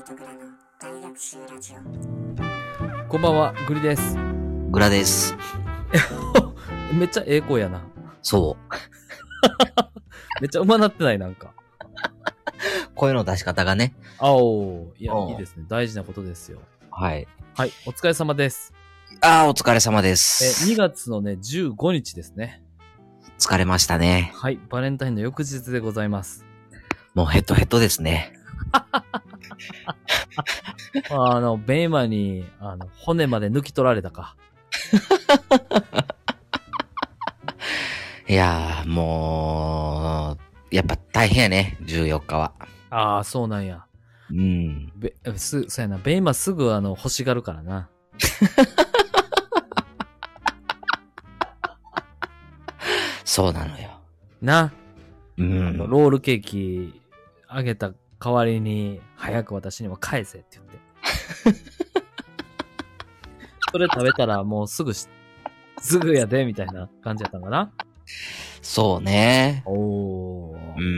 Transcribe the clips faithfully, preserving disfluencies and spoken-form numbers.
とグラの大学習ラジオ。 こんばんは、グリです。 グラです。 めっちゃええ声やな。 そう。 めっちゃ上手なってない、なんか。 声の出し方がね。 あおいや、 おういいですね。大事なことですよ。 はい。 はい、お疲れ様です。 ああ、お疲れ様です。 え、にがつのね、じゅうごにちですね。 疲れましたね。 はい、バレンタインの翌日でございます。 もうヘトヘトですね。 あの、ベイマに、あの、骨まで抜き取られたか。 いやー、もう、やっぱ大変やね、じゅうよっかは。 ああ、そうなんや。 うん。 べ、す、そうやな。ベイマすぐあの、欲しがるからな。 そうなのよ。 な。 うん。 ロールケーキあげた代わりに、早く私にも返せって言って。それ食べたらもうすぐし、すぐやで、みたいな感じやったんかな。 そうね。 おー。 うん。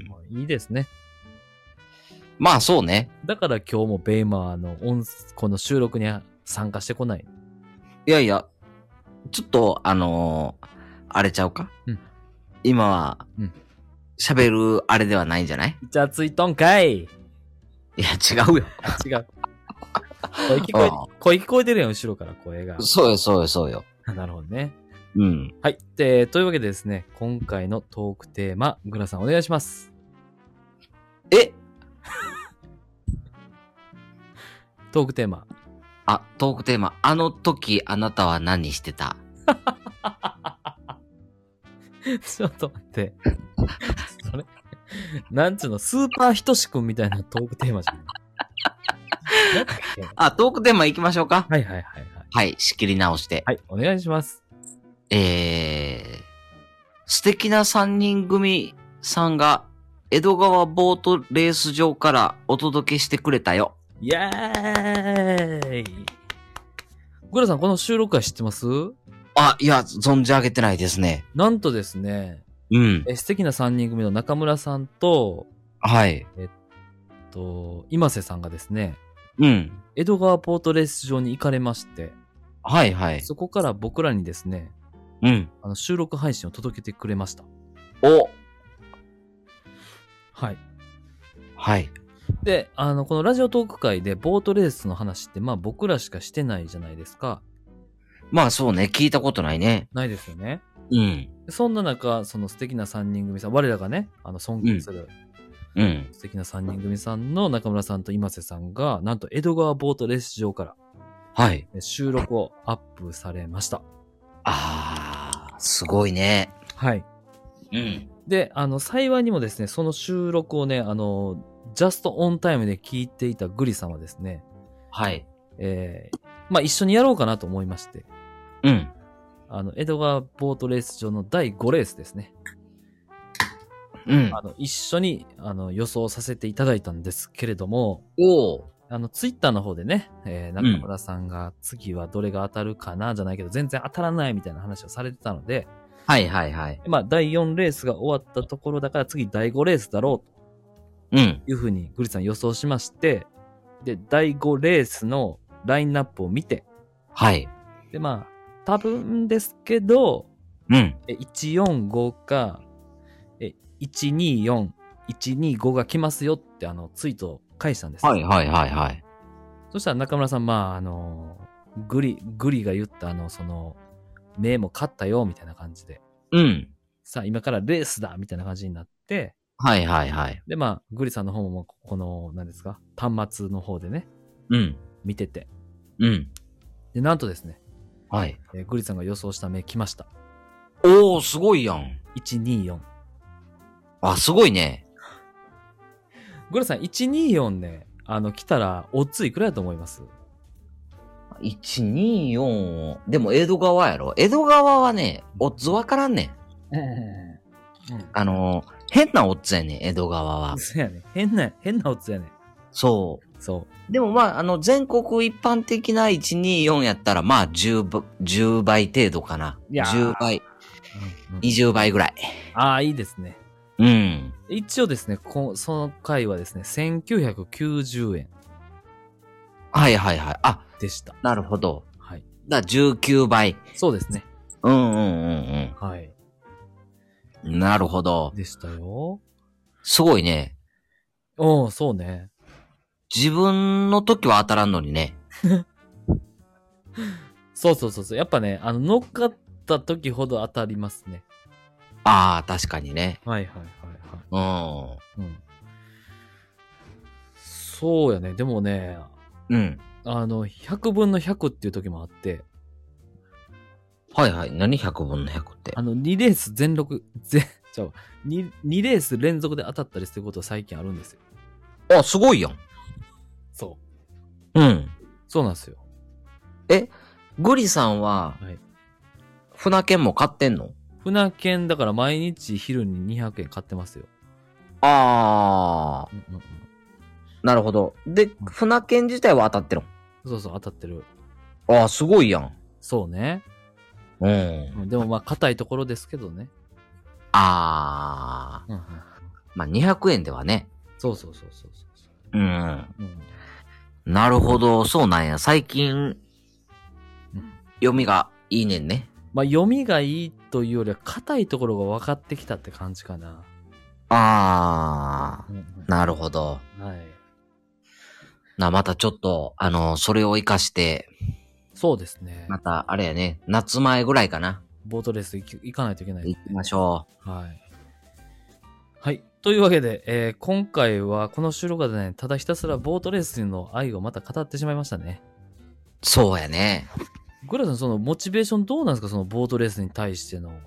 いいですね。 まあそうね。 だから今日もベイマーの音、この収録に参加してこない。 いやいや、ちょっと、あのー、あれちゃうか、 うん、 今は、喋、うん、るあれではないんじゃない？ じゃあついとんかい。 いや、違うよ。 違う。声聞こえ、声聞こえてるやん、後ろから声が。 そうよ、そうよ、そうよ。 なるほどね。 うん。 はい。で、というわけでですね、今回のトークテーマ、グラさんお願いします。 えトークテーマ。 あ、トークテーマ。あの時あなたは何してた？ ちょっと待って。それ、なんつうの、スーパーひとしくんみたいなトークテーマじゃない？ あ、トークテーマ行きましょうか。 はいはいはいはい。 はい、仕切り直して。 はい、お願いします。 えー、素敵な三人組さんが江戸川ボートレース場からお届けしてくれたよ。 イェーイ。グラさん、この収録は知ってます？ あ、いや、存じ上げてないですね。 なんとですね、 うん。 え素敵な三人組の中村さんと、 はい。 えっと、今瀬さんがですね、 うん。 江戸川ポートレース場に行かれまして、 はいはい。 そこから僕らにですね、 うん。 あの収録配信を届けてくれました。 おはい。 はい。 で、あの、このラジオトーク会でボートレースの話って、まあ僕らしかしてないじゃないですか。 まあそうね、聞いたことないね。 ないですよね。 うん。 そんな中、その素敵な三人組さん、我らがね、あの尊敬する、 うん。 素敵な三人組さんの中村さんと今瀬さんが、なんと江戸川ボートレース場から、 はい。 収録をアップされました。 あー、すごいね。 はい。 うん。 で、あの、幸いにもですね、その収録をね、あの、ジャストオンタイムで聞いていたグリさんはですね、 はい。 えー、まあ一緒にやろうかなと思いまして、 うん。 あの、江戸川ボートレース場のだいごレースですね。 うん。 あの、一緒に、あの、予想させていただいたんですけれども、 おー。 あの、ツイッターの方でね、えー、中村さんが次はどれが当たるかな、じゃないけど、全然当たらないみたいな話をされてたので、 はいはいはい。 まあ、だいよんレースが終わったところだから次だいごレースだろう、 うん。 というふうにグリさん予想しまして、で、だいごレースのラインナップを見て、 はい。 で、まあ、多分ですけど、 うん。 えいちよんごか、えいちによん、いちにごが来ますよってあのツイートを返したんです。 はいはいはいはい。 そしたら中村さん、まあ、あの、グリ、グリが言ったあの、その、目も勝ったよ、みたいな感じで。 うん。 さあ、今からレースだみたいな感じになって、 はいはいはい。 で、まあ、グリさんの方も、この、何ですか、端末の方でね、 うん。 見てて。 うん。 で、なんとですね、 はい。 えーグリさんが予想した目来ました。 おー、すごいやん。 いちによん。 あ、すごいね。 グリさん、いちによんね、あの、来たら、オッズいくらやと思います？ いちによん、でも江戸川やろ。江戸川はね、オッズわからんねん。 うん。 あのー、変なオッズやねん、江戸川は。 そうやね。変な、変なオッズやね。 そそう。 う。でもまあ、あの、全国一般的ないちによんやったら、まあ、じゅう、じゅうばい程度かな。 いやーじゅうばい、 うんうん、 にじゅうばいぐらい。 ああ、いいですね。 うん。 一応ですね、こその回はですね、せんきゅうひゃくきゅうじゅうえん。 はいはいはい。あ、 でした。 なるほど。 はい。 だ、じゅうきゅうばい。 そうですね。 うんうんうんはい。 うん。なるほど。 でしたよ。 すごいね。 うん、そうね。 自分の時は当たらんのにね。 そうそうそうそう。やっぱね、あの、乗っかった時ほど当たりますね。 ああ、確かにね。 はいはいはいはうん。 い。うん。そうやね。でもね、 うん。 あの、ひゃくぶんのひゃくっていう時もあって、 はいはい。何ひゃくぶんのひゃくって。 あの、にレース全録、全、ちゃうわ、に、にレース連続で当たったりすることは最近あるんですよ。 あ、すごいやん。 そう。 うん。 そうなんですよ。 え、グリさんは、 はい。 船券も買ってんの？ 船券だから毎日昼ににひゃくえん買ってますよ。 ああ、 うんうんうん。 なるほど。で、船券自体は当たってるそうそう、当たってる。 の？ああ、すごいやん。 そうね。 うん。 うん、でもまあ、硬いところですけどね。 ああ、 うんうん。 まあにひゃくえんではね。 そうそうそうそうそううん。 うん。 なるほど、そうなんや。最近、 うん。 読みがいいねんね。 まあ、読みがいいというよりは、硬いところが分かってきたって感じかな。 ああ、 うんうんなるほど。 はい。 な、またちょっと、あの、それを活かして、 そうですね。 また、あれやね、夏前ぐらいかな。 ボートレース行き行かないといけない。 行きましょはい。はい。というわけで、えー今回はこの収録でね、ただひたすらボートレースの愛をまた語ってしまいましたね。 う。そうやね。 グラさん、そのモチベーションどうなんですか、そのボートレースに対しての。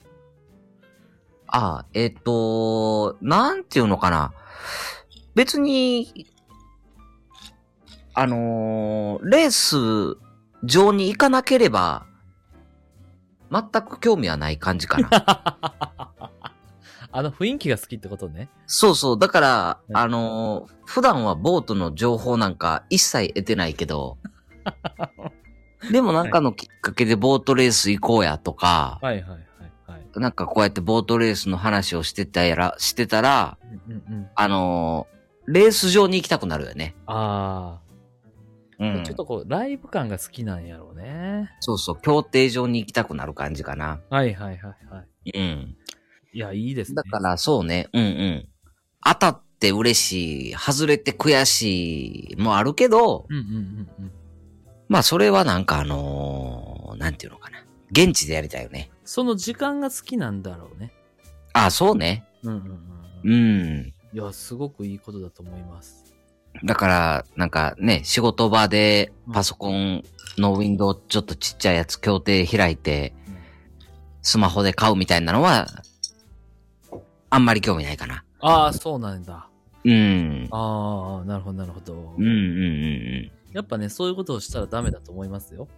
ああ、えっと、なんていうのかな。別に、あのーレース場に行かなければ、全く興味はない感じかな。 あの雰囲気が好きってことね。 そうそう。だから、 いあのー普段はボートの情報なんか一切得てないけど、でもなんかのきっかけでボートレース行こうやとか、 はいはいはいはい。 なんかこうやってボートレースの話をしてたやら、してたら、 うんうんうん。 あのーレース場に行きたくなるよね。 ああ、 うん。 ちょっとこう、ライブ感が好きなんやろうね。 そうそう、競艇場に行きたくなる感じかな。 はいはいはいはい。 うん。 いや、いいですね。 だからそうね、うんうん。当たって嬉しい、外れて悔しいもあるけど、 うんうんうんうん。 まあそれはなんかあのーなんていうのかな。現地でやりたいよね。 その時間が好きなんだろうね。 ああ、そうね。 うんうんうん。 うん。 いや、すごくいいことだと思います。 だから、なんかね、仕事場でパソコンのウィンドウちょっとちっちゃいやつ、協定開いて、 うんスマホで買うみたいなのは、あんまり興味ないかな。 ああ、そうなんだ。 うん。 ああ、なるほどなるほど。 うんうんうんうん。 やっぱね、そういうことをしたらダメだと思いますよ。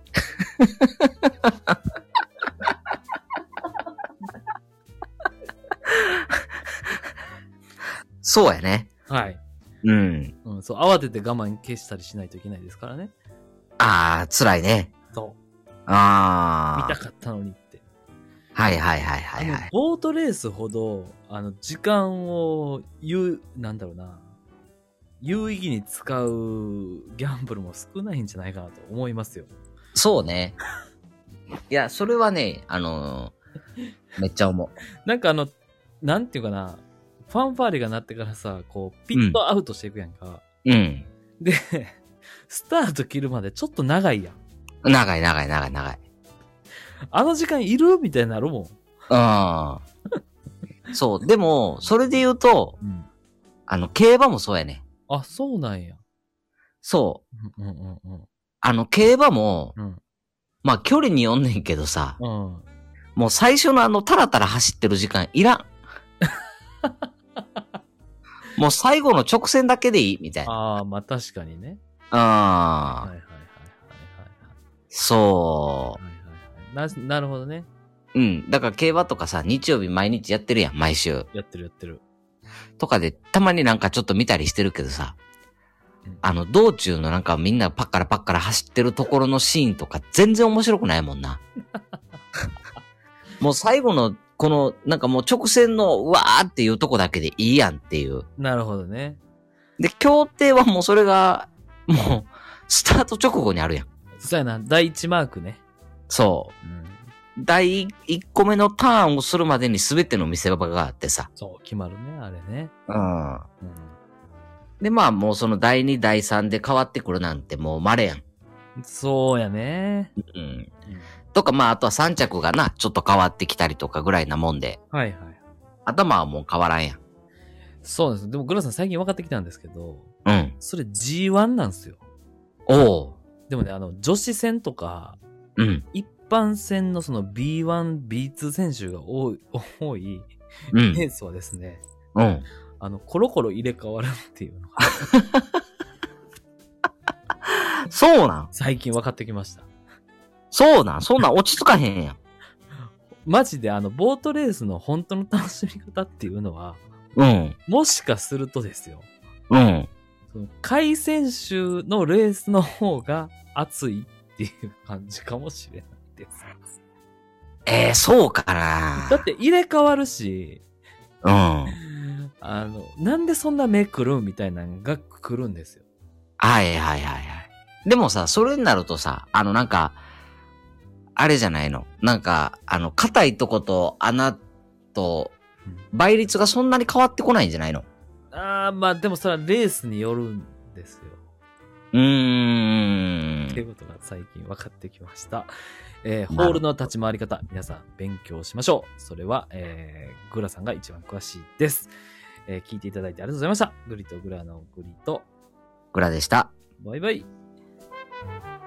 そうやね。 はい。 うん。 うん、そう、慌てて我慢消したりしないといけないですからね。 ああ、辛いね。 そう。 ああ。 見たかったのにって。 はいはいはいはいはあのい。 ボートレースほど、あの、時間を言う、なんだろうな、有意義に使うギャンブルも少ないんじゃないかなと思いますよ。 そうね。いや、それはね、あのーめっちゃ思う。 なんかあの、なんていうかな、ファンファーレが鳴ってからさ、こう、ピットアウトしていくやんか。 うん。 で、スタート切るまでちょっと長いやん。 長い長い長い長い。 あの時間いるみたいになるもん。 うん。そう。でも、それで言うと、 うん。 あの、競馬もそうやね。 あ、そうなんや。 そう。 うんうんうんあの、競馬も、 うん。 まあ、距離によんねんけどさ、 うん。うん。 もう最初のあの、タラタラ走ってる時間いらん。もう最後の直線だけでいいみたいな。 ああ、まあ確かにね。 ああ、 はいはいはいはいそはい。はいはいはい。な、なるほどね。 う。うん。だから競馬とかさ、日曜日毎日やってるやん、毎週。 やってるやってる。 とかで、たまになんかちょっと見たりしてるけどさ、 うんあの、道中のなんかみんなパッカラパッカラ走ってるところのシーンとか全然面白くないもんな。もう最後の、この、なんかもう直線の、うわーっていうとこだけでいいやんっていう。 なるほどね。 で、協定はもうそれが、もう、 スタート直後にあるやん。 そうやな、第一マークね。 そうん。 う。第一個目のターンをするまでに全ての見せ場があってさ。 そう、決まるね、あれね。 うん。 うん。 で、まあもうそのだいに、だいさんで変わってくるなんてもう稀やん。 そうやね。 うん。 うん。 とかまああとはさん着がな、ちょっと変わってきたりとかぐらいなもんで。 はいはい。 頭はもう変わらんやん。 そうです。でも、グラさん最近分かってきたんですけど、 うん。 それ ジーワン なんですよ。 おう。 でもね、あの、女子戦とか、 うん。 一般戦のその ビーワン、ビーツー 選手が多い、多いうん。 レースはですね、 うん。 あの、コロコロ入れ替わるっていうのがそうなん最近分かってきました。 そうなんそんなん落ち着かへんやん。 マジであの、ボートレースの本当の楽しみ方っていうのは、 うん。 もしかするとですよ、 うん。 その下位選手のレースの方が熱いっていう感じかもしれないです。 えー、そうかなだって入れ替わるし、 うん。 あの、なんでそんな目くるみたいなのが来るんですよ。 はいはいはいはい。でもさ、それになるとさ、あのなんか、あれじゃないの。なんか、あの、硬いとこと穴と倍率がそんなに変わってこないんじゃないの？ ああ、まあでもそれはレースによるんですよ。 うーん。 っていうことが最近分かってきました。えー、ホールの立ち回り方、皆さん勉強しましょう。それは、えー、グラさんが一番詳しいです。えー、聞いていただいてありがとうございました。グリとグラのグリと、 グラでした。 バイバイ。